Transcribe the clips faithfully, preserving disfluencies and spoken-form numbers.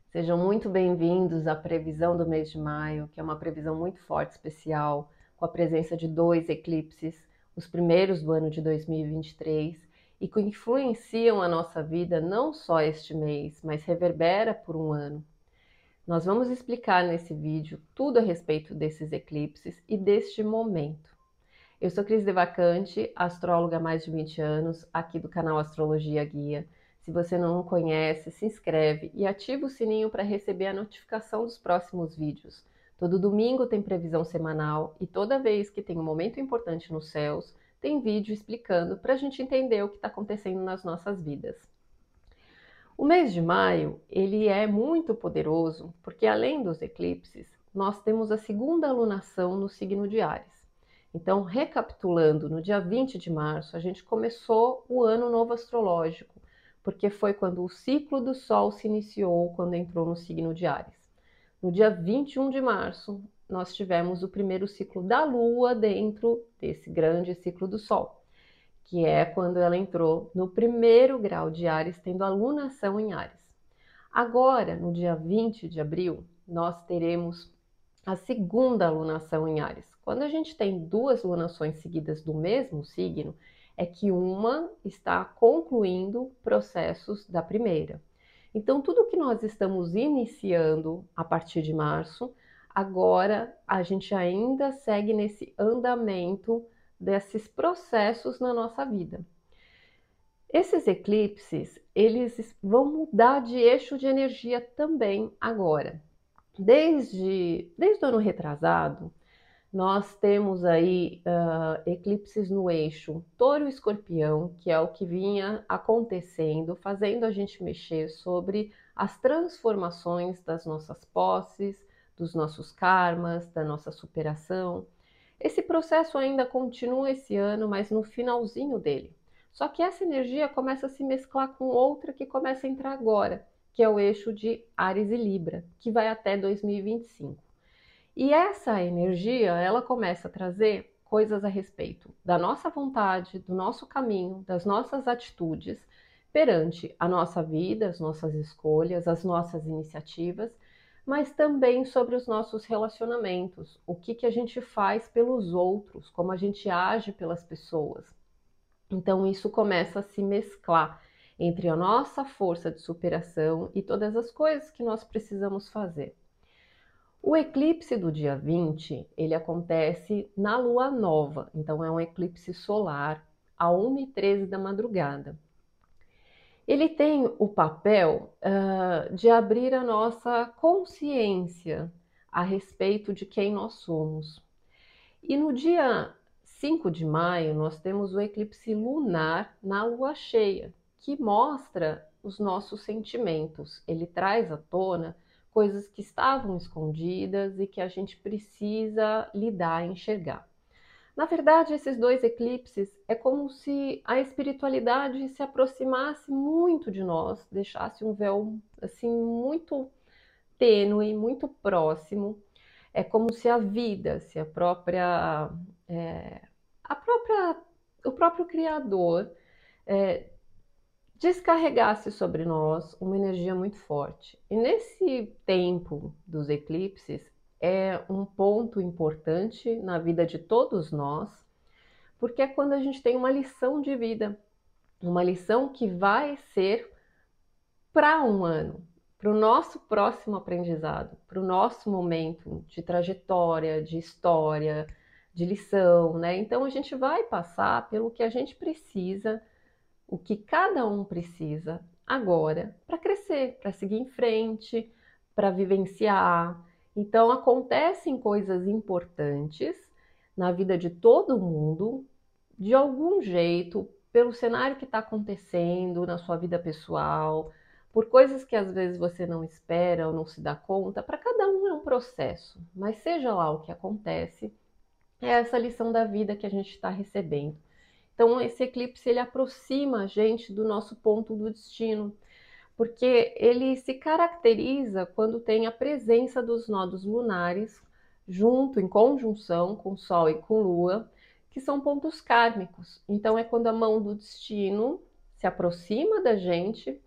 Sejam muito bem-vindos à previsão do mês de maio, que é uma previsão muito forte, especial, com a presença de dois eclipses, os primeiros do ano de dois mil e vinte e três, e que influenciam a nossa vida não só este mês, mas reverbera por um ano. Nós vamos explicar nesse vídeo tudo a respeito desses eclipses e deste momento. Eu sou Cris Devacante, astróloga há mais de vinte anos, aqui do canal Astrologia Guia. Se você não conhece, se inscreve e ativa o sininho para receber a notificação dos próximos vídeos. Todo domingo tem previsão semanal e toda vez que tem um momento importante nos céus, tem vídeo explicando para a gente entender o que está acontecendo nas nossas vidas. O mês de maio, ele é muito poderoso porque além dos eclipses, nós temos a segunda alunação no signo de Áries. Então, recapitulando, no dia vinte de março, a gente começou o ano novo astrológico, porque foi quando o ciclo do Sol se iniciou, quando entrou no signo de Áries. No dia vinte e um de março, nós tivemos o primeiro ciclo da Lua dentro desse grande ciclo do Sol, que é quando ela entrou no primeiro grau de Áries, tendo alunação em Áries. Agora, no dia vinte de abril, nós teremos a segunda alunação em Áries. Quando a gente tem duas lunações seguidas do mesmo signo, é que uma está concluindo processos da primeira. Então, tudo que nós estamos iniciando a partir de março, agora a gente ainda segue nesse andamento desses processos na nossa vida. Esses eclipses, eles vão mudar de eixo de energia também agora. Desde, desde o ano retrasado, nós temos aí uh, eclipses no eixo Touro-Escorpião, que é o que vinha acontecendo, fazendo a gente mexer sobre as transformações das nossas posses, dos nossos karmas, da nossa superação. Esse processo ainda continua esse ano, mas no finalzinho dele. Só que essa energia começa a se mesclar com outra que começa a entrar agora, que é o eixo de Áries e Libra, que vai até dois mil e vinte e cinco. E essa energia, ela começa a trazer coisas a respeito da nossa vontade, do nosso caminho, das nossas atitudes perante a nossa vida, as nossas escolhas, as nossas iniciativas, mas também sobre os nossos relacionamentos, o que, que a gente faz pelos outros, como a gente age pelas pessoas. Então isso começa a se mesclar entre a nossa força de superação e todas as coisas que nós precisamos fazer. O eclipse do dia vinte, ele acontece na lua nova, então é um eclipse solar, a uma e treze da madrugada. Ele tem o papel uh, de abrir a nossa consciência a respeito de quem nós somos. E no dia cinco de maio, nós temos o eclipse lunar na lua cheia, que mostra os nossos sentimentos. Ele traz à tona coisas que estavam escondidas e que a gente precisa lidar e enxergar. Na verdade, esses dois eclipses é como se a espiritualidade se aproximasse muito de nós, deixasse um véu assim muito tênue, muito próximo. É como se a vida, se a própria, é, a própria, o próprio Criador é, descarregasse sobre nós uma energia muito forte. E nesse tempo dos eclipses é um ponto importante na vida de todos nós, porque é quando a gente tem uma lição de vida, uma lição que vai ser para um ano, para o nosso próximo aprendizado, para o nosso momento de trajetória, de história, de lição, né? Então a gente vai passar pelo que a gente precisa, o que cada um precisa agora para crescer, para seguir em frente, para vivenciar. Então acontecem coisas importantes na vida de todo mundo, de algum jeito, pelo cenário que está acontecendo na sua vida pessoal, por coisas que às vezes você não espera ou não se dá conta. Para cada um é um processo, mas seja lá o que acontece, é essa lição da vida que a gente está recebendo. Então esse eclipse ele aproxima a gente do nosso ponto do destino, porque ele se caracteriza quando tem a presença dos nodos lunares junto, em conjunção com Sol e com Lua, que são pontos kármicos. Então é quando a mão do destino se aproxima da gente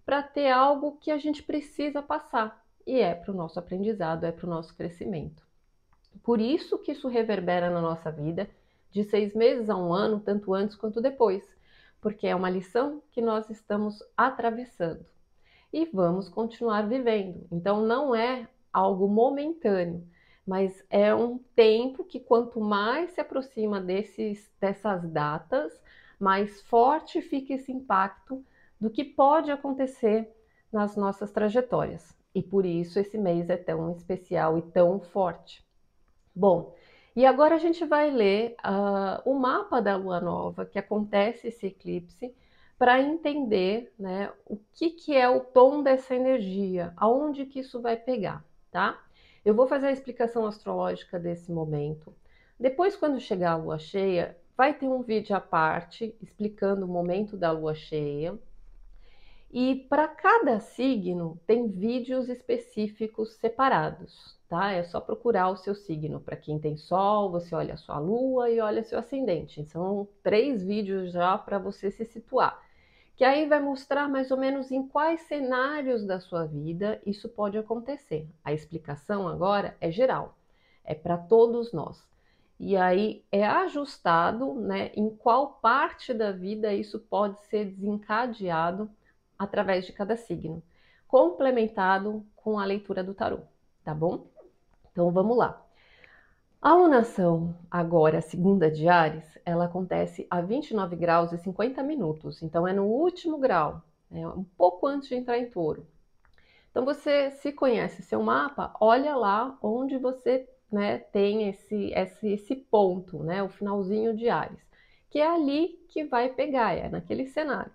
para ter algo que a gente precisa passar, e é para o nosso aprendizado, é para o nosso crescimento. Por isso que isso reverbera na nossa vida, de seis meses a um ano, tanto antes quanto depois, porque é uma lição que nós estamos atravessando e vamos continuar vivendo. Então não é algo momentâneo, mas é um tempo que quanto mais se aproxima desses, dessas datas, mais forte fica esse impacto do que pode acontecer nas nossas trajetórias. E por isso esse mês é tão especial e tão forte. Bom, e agora a gente vai ler uh, o mapa da lua nova, que acontece esse eclipse, para entender, né, o que, que é o tom dessa energia, aonde que isso vai pegar, tá? Eu vou fazer a explicação astrológica desse momento. Depois, quando chegar a lua cheia, vai ter um vídeo à parte explicando o momento da lua cheia. E para cada signo tem vídeos específicos separados, tá? É só procurar o seu signo. Para quem tem sol, você olha a sua lua e olha seu ascendente. São três vídeos já para você se situar. Que aí vai mostrar mais ou menos em quais cenários da sua vida isso pode acontecer. A explicação agora é geral, é para todos nós. E aí é ajustado, né, em qual parte da vida isso pode ser desencadeado através de cada signo, complementado com a leitura do tarô, tá bom? Então vamos lá. A alunação agora, segunda de Áries, ela acontece a vinte e nove graus e cinquenta minutos, então é no último grau, é um pouco antes de entrar em Touro. Então você, se conhece seu mapa, olha lá onde você, né, tem esse, esse, esse ponto, né, o finalzinho de Áries, que é ali que vai pegar, é naquele cenário.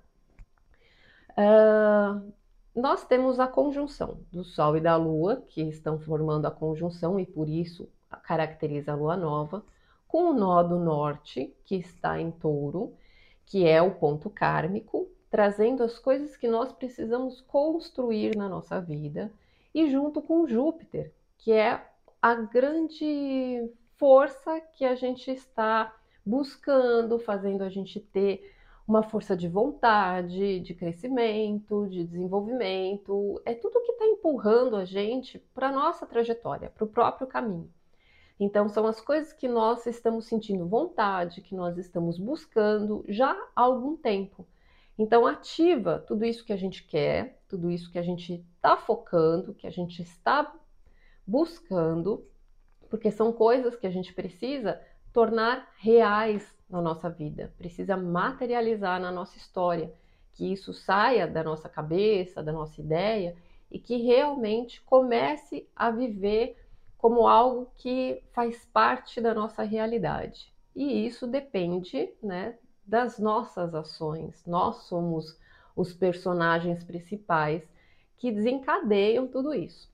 Uh, nós temos a conjunção do Sol e da Lua, que estão formando a conjunção e por isso caracteriza a Lua Nova, com o nó do norte, que está em Touro, que é o ponto kármico, trazendo as coisas que nós precisamos construir na nossa vida, e junto com Júpiter, que é a grande força que a gente está buscando, fazendo a gente ter uma força de vontade, de crescimento, de desenvolvimento, é tudo que está empurrando a gente para a nossa trajetória, para o próprio caminho. Então, são as coisas que nós estamos sentindo vontade, que nós estamos buscando já há algum tempo. Então, ativa tudo isso que a gente quer, tudo isso que a gente está focando, que a gente está buscando, porque são coisas que a gente precisa tornar reais na nossa vida, precisa materializar na nossa história, que isso saia da nossa cabeça, da nossa ideia e que realmente comece a viver como algo que faz parte da nossa realidade. E isso depende, né, das nossas ações. Nós somos os personagens principais que desencadeiam tudo isso.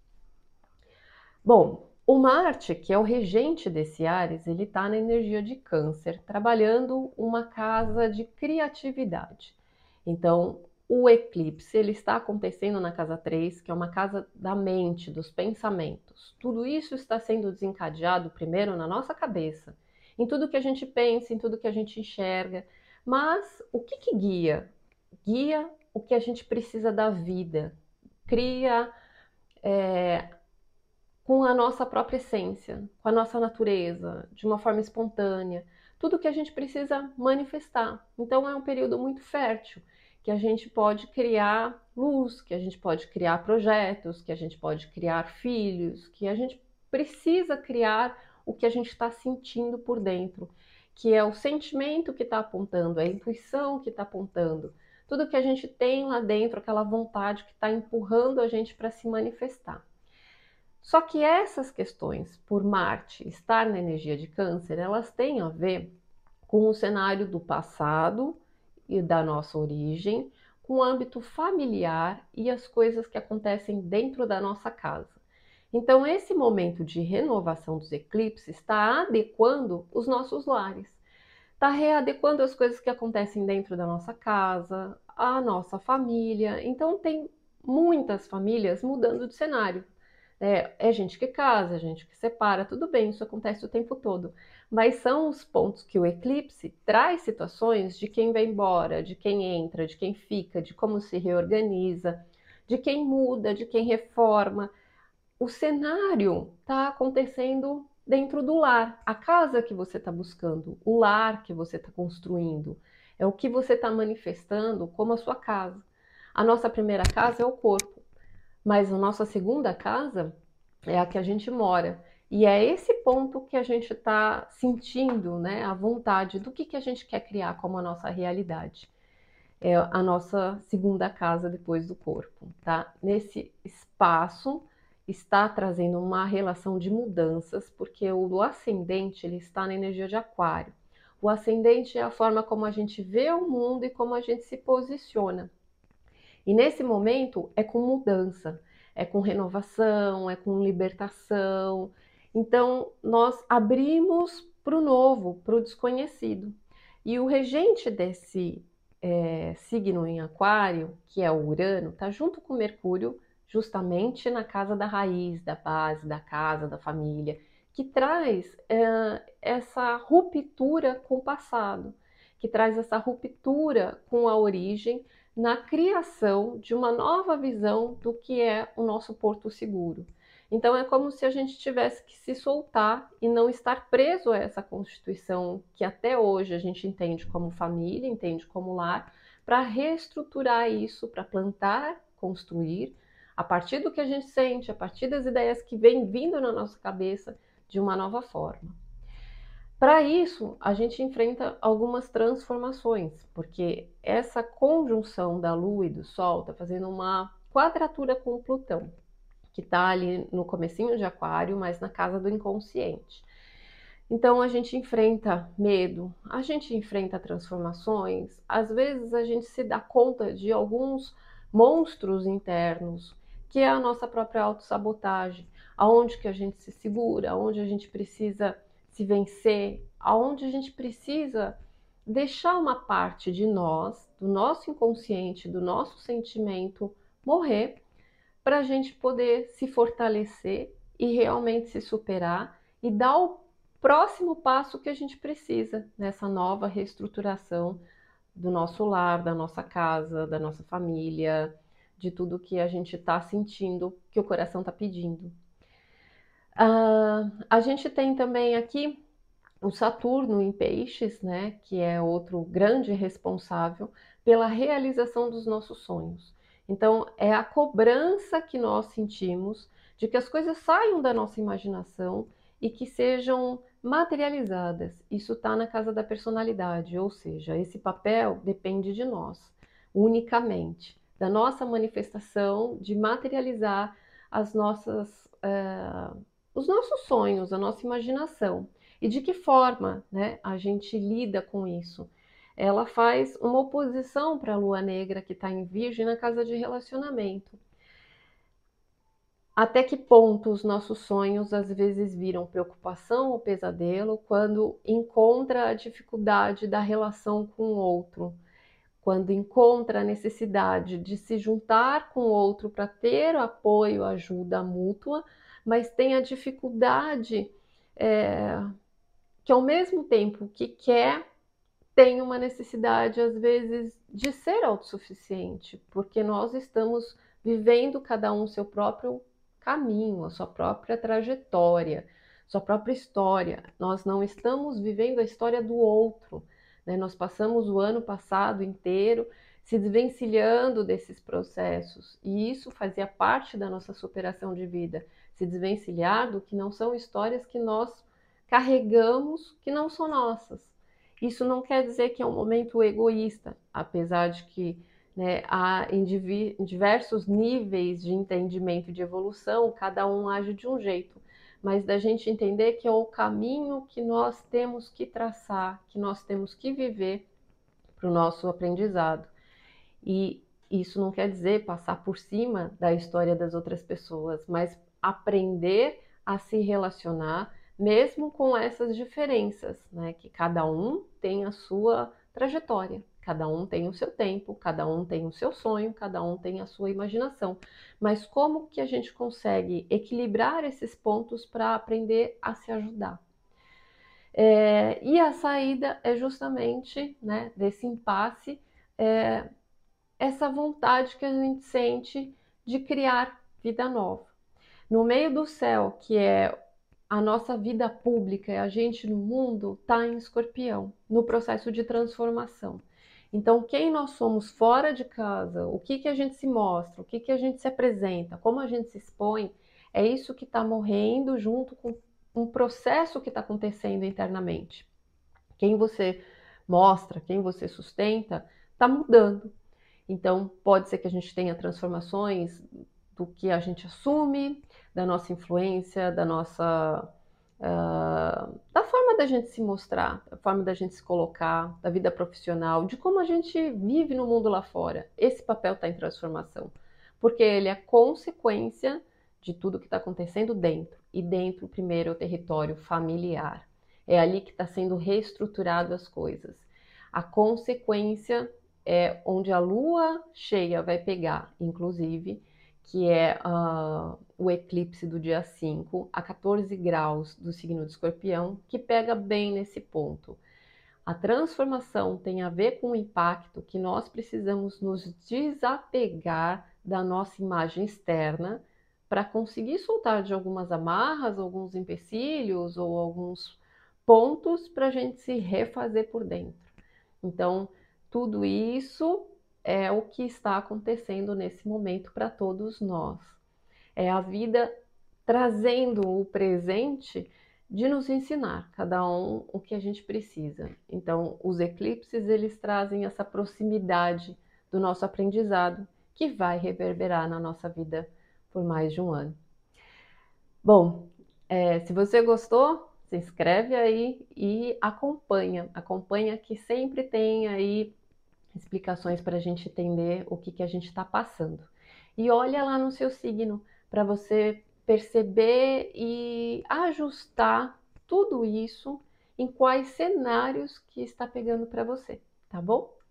Bom, o Marte, que é o regente desse Áries, ele está na energia de Câncer, trabalhando uma casa de criatividade. Então, o eclipse ele está acontecendo na casa três, que é uma casa da mente, dos pensamentos. Tudo isso está sendo desencadeado primeiro na nossa cabeça, em tudo que a gente pensa, em tudo que a gente enxerga. Mas o que, que guia? Guia o que a gente precisa da vida, cria é, com a nossa própria essência, com a nossa natureza, de uma forma espontânea, tudo que a gente precisa manifestar. Então é um período muito fértil, que a gente pode criar luz, que a gente pode criar projetos, que a gente pode criar filhos, que a gente precisa criar o que a gente está sentindo por dentro, que é o sentimento que está apontando, a intuição que está apontando, tudo que a gente tem lá dentro, aquela vontade que está empurrando a gente para se manifestar. Só que essas questões, por Marte estar na energia de Câncer, elas têm a ver com o cenário do passado e da nossa origem, com o âmbito familiar e as coisas que acontecem dentro da nossa casa. Então, esse momento de renovação dos eclipses está adequando os nossos lares, está readequando as coisas que acontecem dentro da nossa casa, a nossa família. Então, tem muitas famílias mudando de cenário. É, é gente que casa, é gente que separa, tudo bem, isso acontece o tempo todo. Mas são os pontos que o eclipse traz situações de quem vai embora, de quem entra, de quem fica, de como se reorganiza, de quem muda, de quem reforma. O cenário está acontecendo dentro do lar, a casa que você está buscando, o lar que você está construindo, é o que você está manifestando como a sua casa. A nossa primeira casa é o corpo, mas a nossa segunda casa é a que a gente mora. E é esse ponto que a gente está sentindo, né, a vontade do que, que a gente quer criar como a nossa realidade. É a nossa segunda casa depois do corpo, tá? Nesse espaço está trazendo uma relação de mudanças, porque o ascendente ele está na energia de aquário. O ascendente é a forma como a gente vê o mundo e como a gente se posiciona. E nesse momento é com mudança, é com renovação, é com libertação. Então nós abrimos para o novo, para o desconhecido. E o regente desse é, signo em aquário, que é o Urano, está junto com Mercúrio, justamente na casa da raiz, da base, da casa, da família, que traz é, essa ruptura com o passado, que traz essa ruptura com a origem, na criação de uma nova visão do que é o nosso porto seguro. Então é como se a gente tivesse que se soltar e não estar preso a essa constituição que até hoje a gente entende como família, entende como lar, para reestruturar isso, para plantar, construir, a partir do que a gente sente, a partir das ideias que vêm vindo na nossa cabeça, de uma nova forma. Para isso, a gente enfrenta algumas transformações, porque essa conjunção da Lua e do Sol está fazendo uma quadratura com o Plutão, que está ali no comecinho de Aquário, mas na casa do inconsciente. Então a gente enfrenta medo, a gente enfrenta transformações, às vezes a gente se dá conta de alguns monstros internos, que é a nossa própria autossabotagem, aonde que a gente se segura, aonde a gente precisa se vencer, aonde a gente precisa deixar uma parte de nós, do nosso inconsciente, do nosso sentimento morrer, para a gente poder se fortalecer e realmente se superar e dar o próximo passo que a gente precisa nessa nova reestruturação do nosso lar, da nossa casa, da nossa família, de tudo que a gente está sentindo, que o coração está pedindo. Uh, a gente tem também aqui o Saturno em Peixes, né, que é outro grande responsável pela realização dos nossos sonhos. Então, é a cobrança que nós sentimos de que as coisas saiam da nossa imaginação e que sejam materializadas. Isso está na casa da personalidade, ou seja, esse papel depende de nós, unicamente, da nossa manifestação de materializar as nossas, uh, os nossos sonhos, a nossa imaginação. E de que forma, né, a gente lida com isso? Ela faz uma oposição para a Lua Negra, que está em Virgem, na casa de relacionamento. Até que ponto os nossos sonhos às vezes viram preocupação ou pesadelo quando encontra a dificuldade da relação com o outro, quando encontra a necessidade de se juntar com o outro para ter apoio, ajuda mútua, mas tem a dificuldade é, que ao mesmo tempo que quer, tem uma necessidade às vezes de ser autossuficiente, porque nós estamos vivendo cada um seu próprio caminho, a sua própria trajetória, sua própria história. Nós não estamos vivendo a história do outro, né? Nós passamos o ano passado inteiro se desvencilhando desses processos, e isso fazia parte da nossa superação de vida, se desvencilhar do que não são histórias que nós carregamos, que não são nossas. Isso não quer dizer que é um momento egoísta, apesar de que, né, há em diversos níveis de entendimento e de evolução, cada um age de um jeito, mas da gente entender que é o caminho que nós temos que traçar, que nós temos que viver para o nosso aprendizado. E isso não quer dizer passar por cima da história das outras pessoas, mas aprender a se relacionar mesmo com essas diferenças, né? Que cada um tem a sua trajetória, cada um tem o seu tempo, cada um tem o seu sonho, cada um tem a sua imaginação. Mas como que a gente consegue equilibrar esses pontos para aprender a se ajudar? É, e a saída é justamente, né, desse impasse, é, essa vontade que a gente sente de criar vida nova. No meio do céu, que é a nossa vida pública, é a gente no mundo, está em Escorpião, no processo de transformação. Então, quem nós somos fora de casa, o que, que a gente se mostra, o que, que a gente se apresenta, como a gente se expõe, é isso que está morrendo junto com um processo que está acontecendo internamente. Quem você mostra, quem você sustenta, está mudando. Então, pode ser que a gente tenha transformações do que a gente assume, da nossa influência, da nossa... Uh, da forma da gente se mostrar, da forma da gente se colocar, da vida profissional, de como a gente vive no mundo lá fora. Esse papel está em transformação, porque ele é consequência de tudo que está acontecendo dentro. E dentro, primeiro, é o território familiar. É ali que está sendo reestruturado as coisas. A consequência é onde a lua cheia vai pegar, inclusive, que é uh, o eclipse do dia cinco a quatorze graus do signo de Escorpião, que pega bem nesse ponto. A transformação tem a ver com o impacto que nós precisamos nos desapegar da nossa imagem externa para conseguir soltar de algumas amarras, alguns empecilhos ou alguns pontos para a gente se refazer por dentro. Então, tudo isso é o que está acontecendo nesse momento para todos nós. É a vida trazendo o presente de nos ensinar, cada um o que a gente precisa. Então, os eclipses, eles trazem essa proximidade do nosso aprendizado, que vai reverberar na nossa vida por mais de um ano. Bom, é, se você gostou, se inscreve aí e acompanha. Acompanha que sempre tem aí explicações para a gente entender o que, que a gente está passando. E olha lá no seu signo para você perceber e ajustar tudo isso em quais cenários que está pegando para você, tá bom?